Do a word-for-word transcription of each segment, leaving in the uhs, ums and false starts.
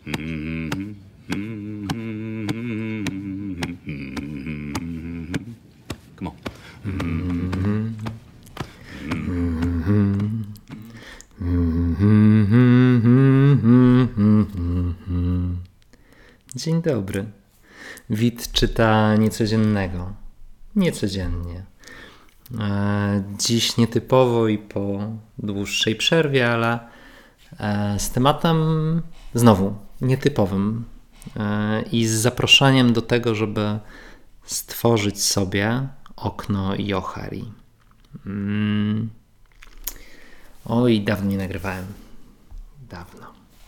Come on. Dzień dobry. Wit czyta niecodziennego. Niecodziennie. Dziś nietypowo i po dłuższej przerwie, ale z tematem znowu nietypowym i z zaproszeniem do tego, żeby stworzyć sobie okno Johari. Oj, dawno nie nagrywałem. Dawno.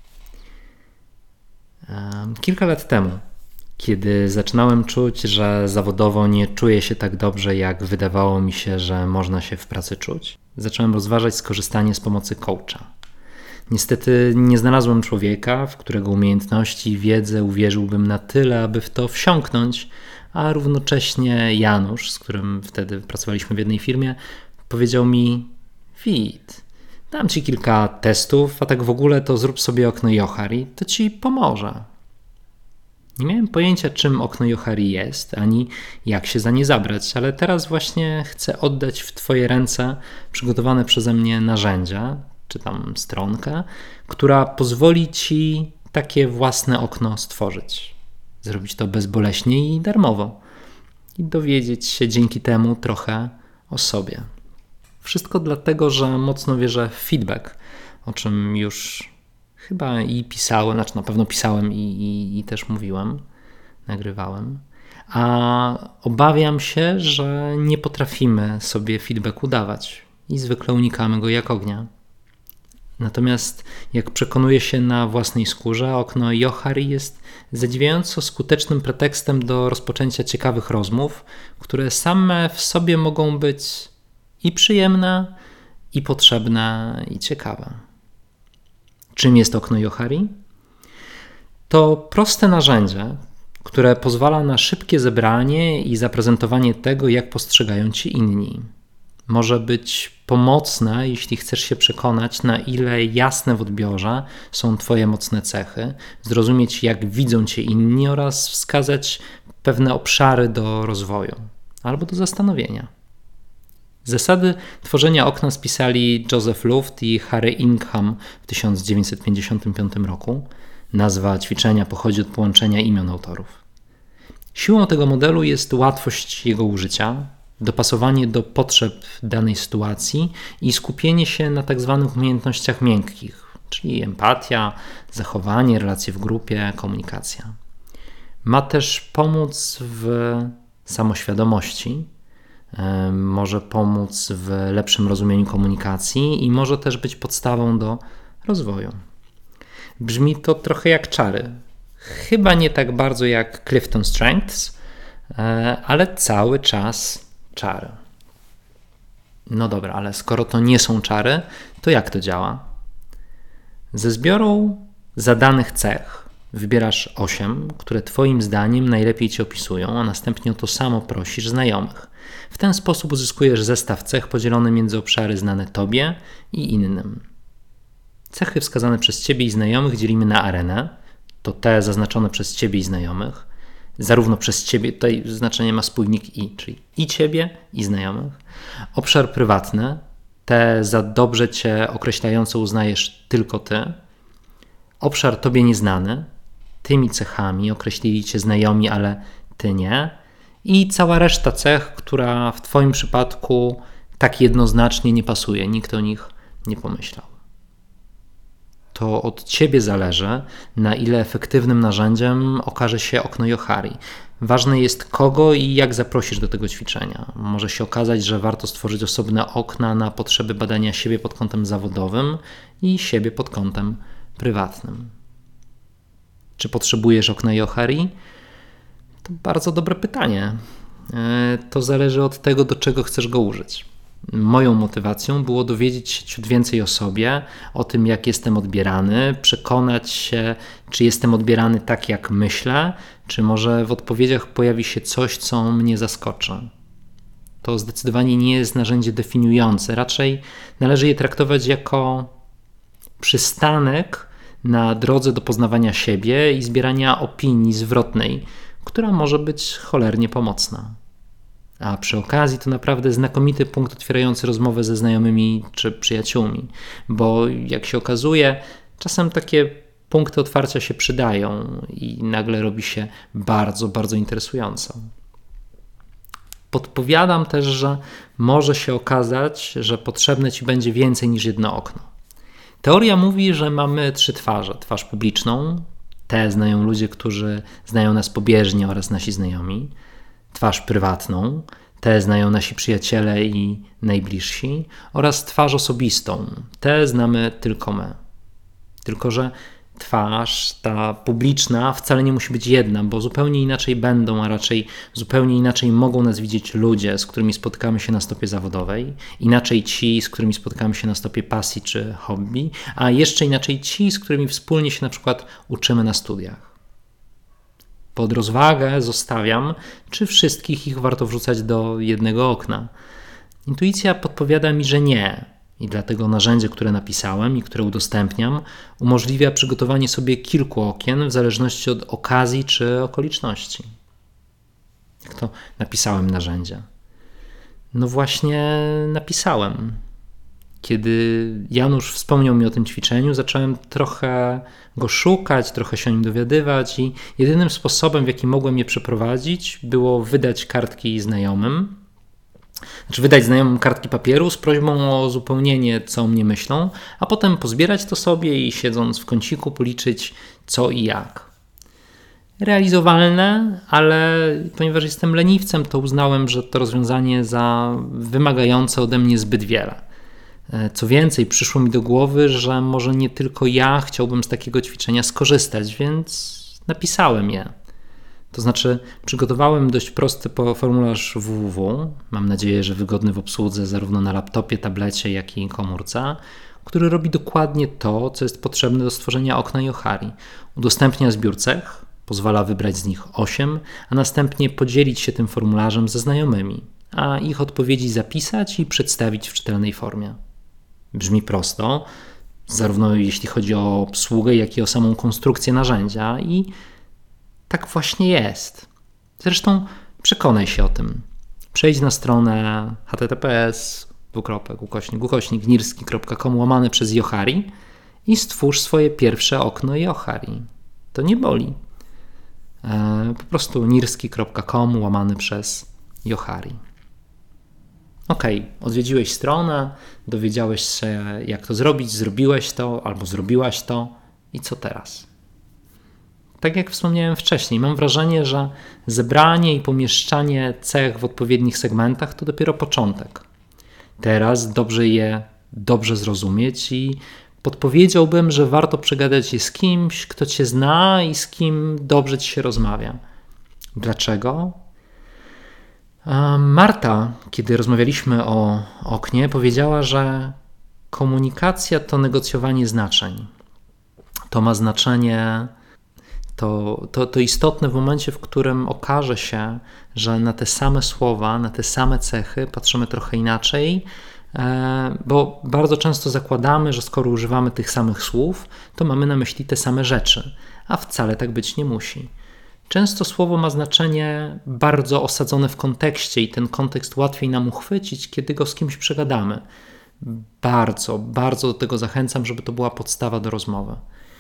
Kilka lat temu, kiedy zaczynałem czuć, że zawodowo nie czuję się tak dobrze, jak wydawało mi się, że można się w pracy czuć, zacząłem rozważać skorzystanie z pomocy coacha. Niestety nie znalazłem człowieka, w którego umiejętności i wiedzę uwierzyłbym na tyle, aby w to wsiąknąć, a równocześnie Janusz, z którym wtedy pracowaliśmy w jednej firmie, powiedział mi: Wit, dam ci kilka testów, a tak w ogóle to zrób sobie okno Johari, to ci pomoże. Nie miałem pojęcia, czym okno Johari jest, ani jak się za nie zabrać, ale teraz właśnie chcę oddać w twoje ręce przygotowane przeze mnie narzędzia, czy tam stronkę, która pozwoli ci takie własne okno stworzyć. Zrobić to bezboleśnie i darmowo. I dowiedzieć się dzięki temu trochę o sobie. Wszystko dlatego, że mocno wierzę w feedback, o czym już chyba i pisałem, znaczy na pewno pisałem i, i, i też mówiłem, nagrywałem. A obawiam się, że nie potrafimy sobie feedbacku dawać i zwykle unikamy go jak ognia. Natomiast jak przekonuję się na własnej skórze, okno Johari jest zadziwiająco skutecznym pretekstem do rozpoczęcia ciekawych rozmów, które same w sobie mogą być i przyjemne, i potrzebne, i ciekawe. Czym jest okno Johari? To proste narzędzie, które pozwala na szybkie zebranie i zaprezentowanie tego, jak postrzegają cię inni. Może być pomocne, jeśli chcesz się przekonać, na ile jasne w odbiorze są twoje mocne cechy, zrozumieć, jak widzą cię inni oraz wskazać pewne obszary do rozwoju albo do zastanowienia. Zasady tworzenia okna spisali Joseph Luft i Harry Ingham w tysiąc dziewięćset pięćdziesiątym piątym roku. Nazwa ćwiczenia pochodzi od połączenia imion autorów. Siłą tego modelu jest łatwość jego użycia, dopasowanie do potrzeb danej sytuacji i skupienie się na tak zwanych umiejętnościach miękkich, czyli empatia, zachowanie, relacje w grupie, komunikacja. Ma też pomóc w samoświadomości, może pomóc w lepszym rozumieniu komunikacji i może też być podstawą do rozwoju. Brzmi to trochę jak czary. Chyba nie tak bardzo jak Clifton Strengths, ale cały czas czary. No dobra, ale skoro to nie są czary, to jak to działa? Ze zbioru zadanych cech wybierasz osiem, które twoim zdaniem najlepiej cię opisują, a następnie o to samo prosisz znajomych. W ten sposób uzyskujesz zestaw cech podzielony między obszary znane tobie i innym. Cechy wskazane przez ciebie i znajomych dzielimy na arenę, to te zaznaczone przez ciebie i znajomych, zarówno przez ciebie, tutaj znaczenie ma spójnik i, czyli i ciebie, i znajomych. Obszar prywatny, te za dobrze cię określające uznajesz tylko ty. Obszar tobie nieznany, tymi cechami określili cię znajomi, ale ty nie. I cała reszta cech, która w twoim przypadku tak jednoznacznie nie pasuje, nikt o nich nie pomyślał. To od ciebie zależy, na ile efektywnym narzędziem okaże się okno Johari. Ważne jest, kogo i jak zaprosisz do tego ćwiczenia. Może się okazać, że warto stworzyć osobne okna na potrzeby badania siebie pod kątem zawodowym i siebie pod kątem prywatnym. Czy potrzebujesz okna Johari? To bardzo dobre pytanie. To zależy od tego, do czego chcesz go użyć. Moją motywacją było dowiedzieć się ciut więcej o sobie, o tym, jak jestem odbierany, przekonać się, czy jestem odbierany tak, jak myślę, czy może w odpowiedziach pojawi się coś, co mnie zaskoczy. To zdecydowanie nie jest narzędzie definiujące, raczej należy je traktować jako przystanek na drodze do poznawania siebie i zbierania opinii zwrotnej, która może być cholernie pomocna. A przy okazji to naprawdę znakomity punkt otwierający rozmowę ze znajomymi czy przyjaciółmi, bo jak się okazuje, czasem takie punkty otwarcia się przydają i nagle robi się bardzo, bardzo interesująco. Podpowiadam też, że może się okazać, że potrzebne ci będzie więcej niż jedno okno. Teoria mówi, że mamy trzy twarze. Twarz publiczną, tę znają ludzie, którzy znają nas pobieżnie oraz nasi znajomi. Twarz prywatną, tę znają nasi przyjaciele i najbliżsi. Oraz twarz osobistą, tę znamy tylko my. Tylko że twarz, ta publiczna, wcale nie musi być jedna, bo zupełnie inaczej będą, a raczej zupełnie inaczej mogą nas widzieć ludzie, z którymi spotkamy się na stopie zawodowej, inaczej ci, z którymi spotkamy się na stopie pasji czy hobby, a jeszcze inaczej ci, z którymi wspólnie się na przykład uczymy na studiach. Pod rozwagę zostawiam, czy wszystkich ich warto wrzucać do jednego okna. Intuicja podpowiada mi, że nie. I dlatego narzędzie, które napisałem i które udostępniam, umożliwia przygotowanie sobie kilku okien w zależności od okazji czy okoliczności. Jak to napisałem narzędzia? No właśnie napisałem. Kiedy Janusz wspomniał mi o tym ćwiczeniu, zacząłem trochę go szukać, trochę się o nim dowiadywać i jedynym sposobem, w jaki mogłem je przeprowadzić, było wydać kartki znajomym, Znaczy wydać znajomym kartki papieru z prośbą o uzupełnienie, co o mnie myślą, a potem pozbierać to sobie i siedząc w kąciku policzyć co i jak. Realizowalne, ale ponieważ jestem leniwcem, to uznałem, że to rozwiązanie za wymagające ode mnie zbyt wiele. Co więcej, przyszło mi do głowy, że może nie tylko ja chciałbym z takiego ćwiczenia skorzystać, więc napisałem je. To znaczy przygotowałem dość prosty formularz www, mam nadzieję, że wygodny w obsłudze zarówno na laptopie, tablecie, jak i komórce, który robi dokładnie to, co jest potrzebne do stworzenia okna Johari. Udostępnia zbiór cech, pozwala wybrać z nich osiem, a następnie podzielić się tym formularzem ze znajomymi, a ich odpowiedzi zapisać i przedstawić w czytelnej formie. Brzmi prosto, zarówno jeśli chodzi o obsługę, jak i o samą konstrukcję narzędzia i tak właśnie jest. Zresztą przekonaj się o tym. Przejdź na stronę https dwukropek ukośnik ukośnik nirski kropka com łamane przez Johari i stwórz swoje pierwsze okno Johari. To nie boli. E, po prostu nirski kropka com łamane przez Johari. Ok, odwiedziłeś stronę, dowiedziałeś się, jak to zrobić, zrobiłeś to albo zrobiłaś to i co teraz? Tak jak wspomniałem wcześniej, mam wrażenie, że zebranie i pomieszczanie cech w odpowiednich segmentach to dopiero początek. Teraz dobrze je dobrze zrozumieć i podpowiedziałbym, że warto przegadać je z kimś, kto cię zna i z kim dobrze ci się rozmawia. Dlaczego? Marta, kiedy rozmawialiśmy o oknie, powiedziała, że komunikacja to negocjowanie znaczeń. To ma znaczenie, to, to, to istotne w momencie, w którym okaże się, że na te same słowa, na te same cechy patrzymy trochę inaczej, bo bardzo często zakładamy, że skoro używamy tych samych słów, to mamy na myśli te same rzeczy, a wcale tak być nie musi. Często słowo ma znaczenie bardzo osadzone w kontekście i ten kontekst łatwiej nam uchwycić, kiedy go z kimś przegadamy. Bardzo, bardzo do tego zachęcam, żeby to była podstawa do rozmowy.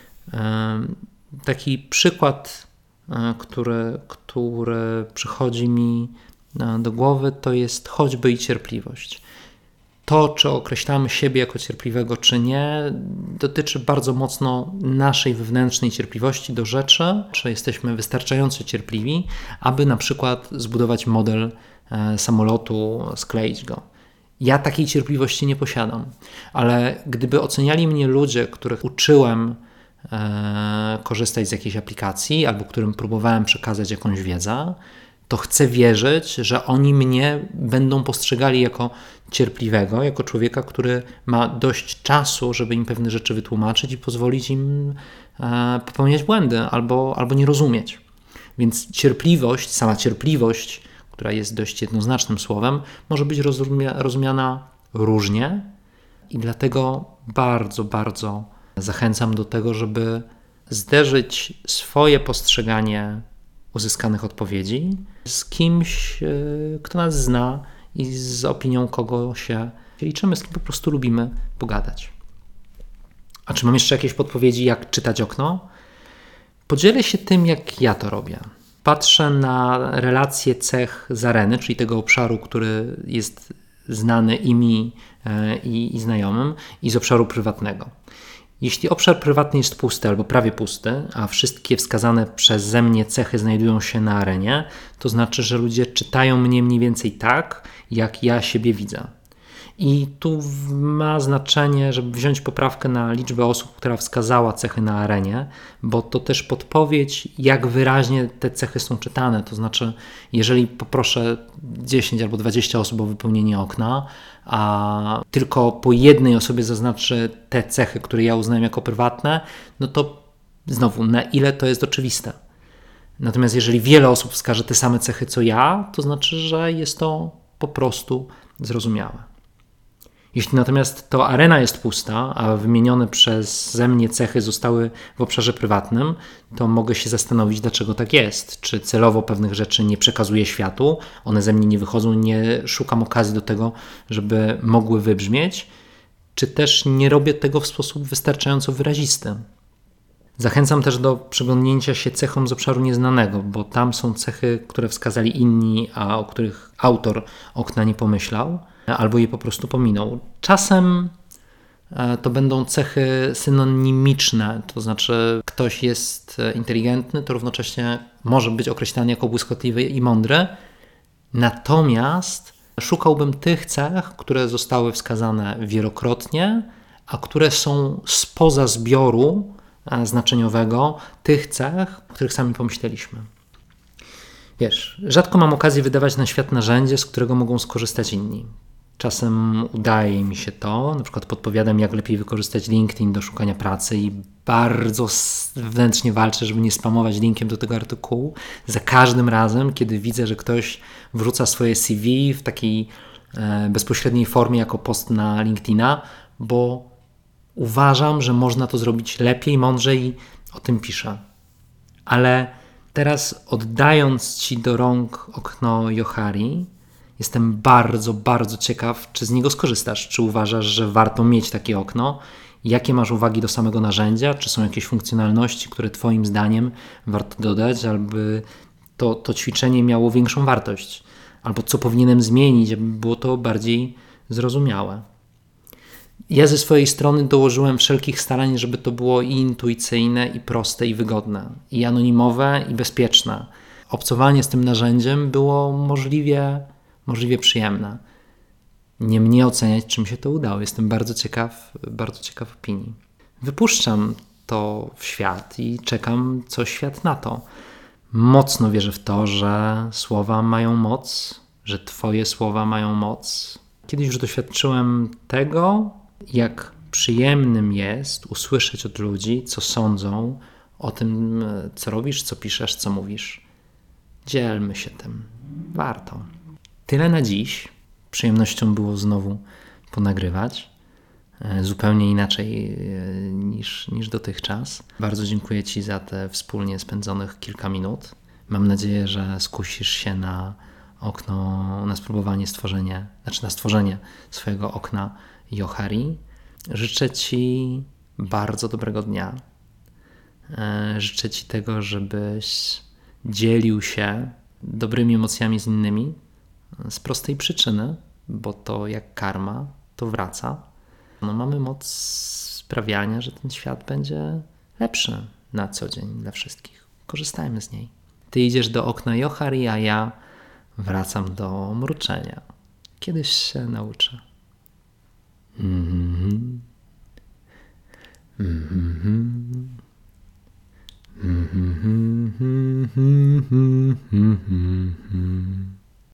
Taki przykład, który, który przychodzi mi do głowy, to jest choćby i cierpliwość. To, czy określamy siebie jako cierpliwego, czy nie, dotyczy bardzo mocno naszej wewnętrznej cierpliwości do rzeczy, czy jesteśmy wystarczająco cierpliwi, aby na przykład zbudować model samolotu, skleić go. Ja takiej cierpliwości nie posiadam, ale gdyby oceniali mnie ludzie, których uczyłem e, korzystać z jakiejś aplikacji albo którym próbowałem przekazać jakąś wiedzę, to chcę wierzyć, że oni mnie będą postrzegali jako cierpliwego, jako człowieka, który ma dość czasu, żeby im pewne rzeczy wytłumaczyć i pozwolić im e, popełniać błędy albo, albo nie rozumieć. Więc cierpliwość, sama cierpliwość, która jest dość jednoznacznym słowem, może być rozumia, rozumiana różnie i dlatego bardzo, bardzo Zachęcam do tego, żeby zderzyć swoje postrzeganie uzyskanych odpowiedzi z kimś, kto nas zna i z opinią kogo się liczymy, z kim po prostu lubimy pogadać. A czy mam jeszcze jakieś podpowiedzi, jak czytać okno? Podzielę się tym, jak ja to robię. Patrzę na relacje cech z areny, czyli tego obszaru, który jest znany i mi, i, i znajomym, i z obszaru prywatnego. Jeśli obszar prywatny jest pusty albo prawie pusty, a wszystkie wskazane przeze mnie cechy znajdują się na arenie, to znaczy, że ludzie czytają mnie mniej więcej tak, jak ja siebie widzę. I tu ma znaczenie, żeby wziąć poprawkę na liczbę osób, która wskazała cechy na arenie, bo to też podpowiedź, jak wyraźnie te cechy są czytane. To znaczy, jeżeli poproszę dziesięć albo dwadzieścia osób o wypełnienie okna, a tylko po jednej osobie zaznaczy te cechy, które ja uznałem jako prywatne, no to znowu, na ile to jest oczywiste. Natomiast jeżeli wiele osób wskaże te same cechy co ja, to znaczy, że jest to po prostu zrozumiałe. Jeśli natomiast to arena jest pusta, a wymienione przeze mnie cechy zostały w obszarze prywatnym, to mogę się zastanowić, dlaczego tak jest. Czy celowo pewnych rzeczy nie przekazuję światu, one ze mnie nie wychodzą, nie szukam okazji do tego, żeby mogły wybrzmieć, czy też nie robię tego w sposób wystarczająco wyrazisty. Zachęcam też do przyglądnięcia się cechom z obszaru nieznanego, bo tam są cechy, które wskazali inni, a o których autor okna nie pomyślał, albo je po prostu pominął. Czasem to będą cechy synonimiczne, to znaczy ktoś jest inteligentny, to równocześnie może być określany jako błyskotliwy i mądry, natomiast szukałbym tych cech, które zostały wskazane wielokrotnie, a które są spoza zbioru znaczeniowego tych cech, o których sami pomyśleliśmy. Wiesz, rzadko mam okazję wydawać na świat narzędzie, z którego mogą skorzystać inni. Czasem udaje mi się to, na przykład podpowiadam, jak lepiej wykorzystać LinkedIn do szukania pracy i bardzo wewnętrznie walczę, żeby nie spamować linkiem do tego artykułu. Za każdym razem, kiedy widzę, że ktoś wrzuca swoje C V w takiej e, bezpośredniej formie jako post na LinkedIna, bo uważam, że można to zrobić lepiej, mądrzej i o tym piszę. Ale teraz oddając Ci do rąk okno Johari, jestem bardzo, bardzo ciekaw, czy z niego skorzystasz, czy uważasz, że warto mieć takie okno, jakie masz uwagi do samego narzędzia, czy są jakieś funkcjonalności, które Twoim zdaniem warto dodać, aby to, to ćwiczenie miało większą wartość, albo co powinienem zmienić, aby było to bardziej zrozumiałe. Ja ze swojej strony dołożyłem wszelkich starań, żeby to było i intuicyjne, i proste, i wygodne, i anonimowe, i bezpieczne. Obcowanie z tym narzędziem było możliwie, możliwie przyjemne. Nie mnie oceniać, czy mi się to udało. Jestem bardzo ciekaw, bardzo ciekaw opinii. Wypuszczam to w świat i czekam, co świat na to. Mocno wierzę w to, że słowa mają moc, że Twoje słowa mają moc. Kiedyś już doświadczyłem tego, jak przyjemnym jest usłyszeć od ludzi, co sądzą o tym, co robisz, co piszesz, co mówisz. Dzielmy się tym. Warto. Tyle na dziś. Przyjemnością było znowu ponagrywać. Zupełnie inaczej niż, niż dotychczas. Bardzo dziękuję Ci za te wspólnie spędzonych kilka minut. Mam nadzieję, że skusisz się na okno, na spróbowanie stworzenia, znaczy na stworzenie swojego okna Johari. Życzę Ci bardzo dobrego dnia. Życzę Ci tego, żebyś dzielił się dobrymi emocjami z innymi z prostej przyczyny, bo to jak karma, to wraca. No, mamy moc sprawiania, że ten świat będzie lepszy na co dzień dla wszystkich. Korzystajmy z niej. Ty idziesz do okna Johari, a ja wracam do mruczenia. Kiedyś się nauczę. Mm-hmm. Mm-hmm.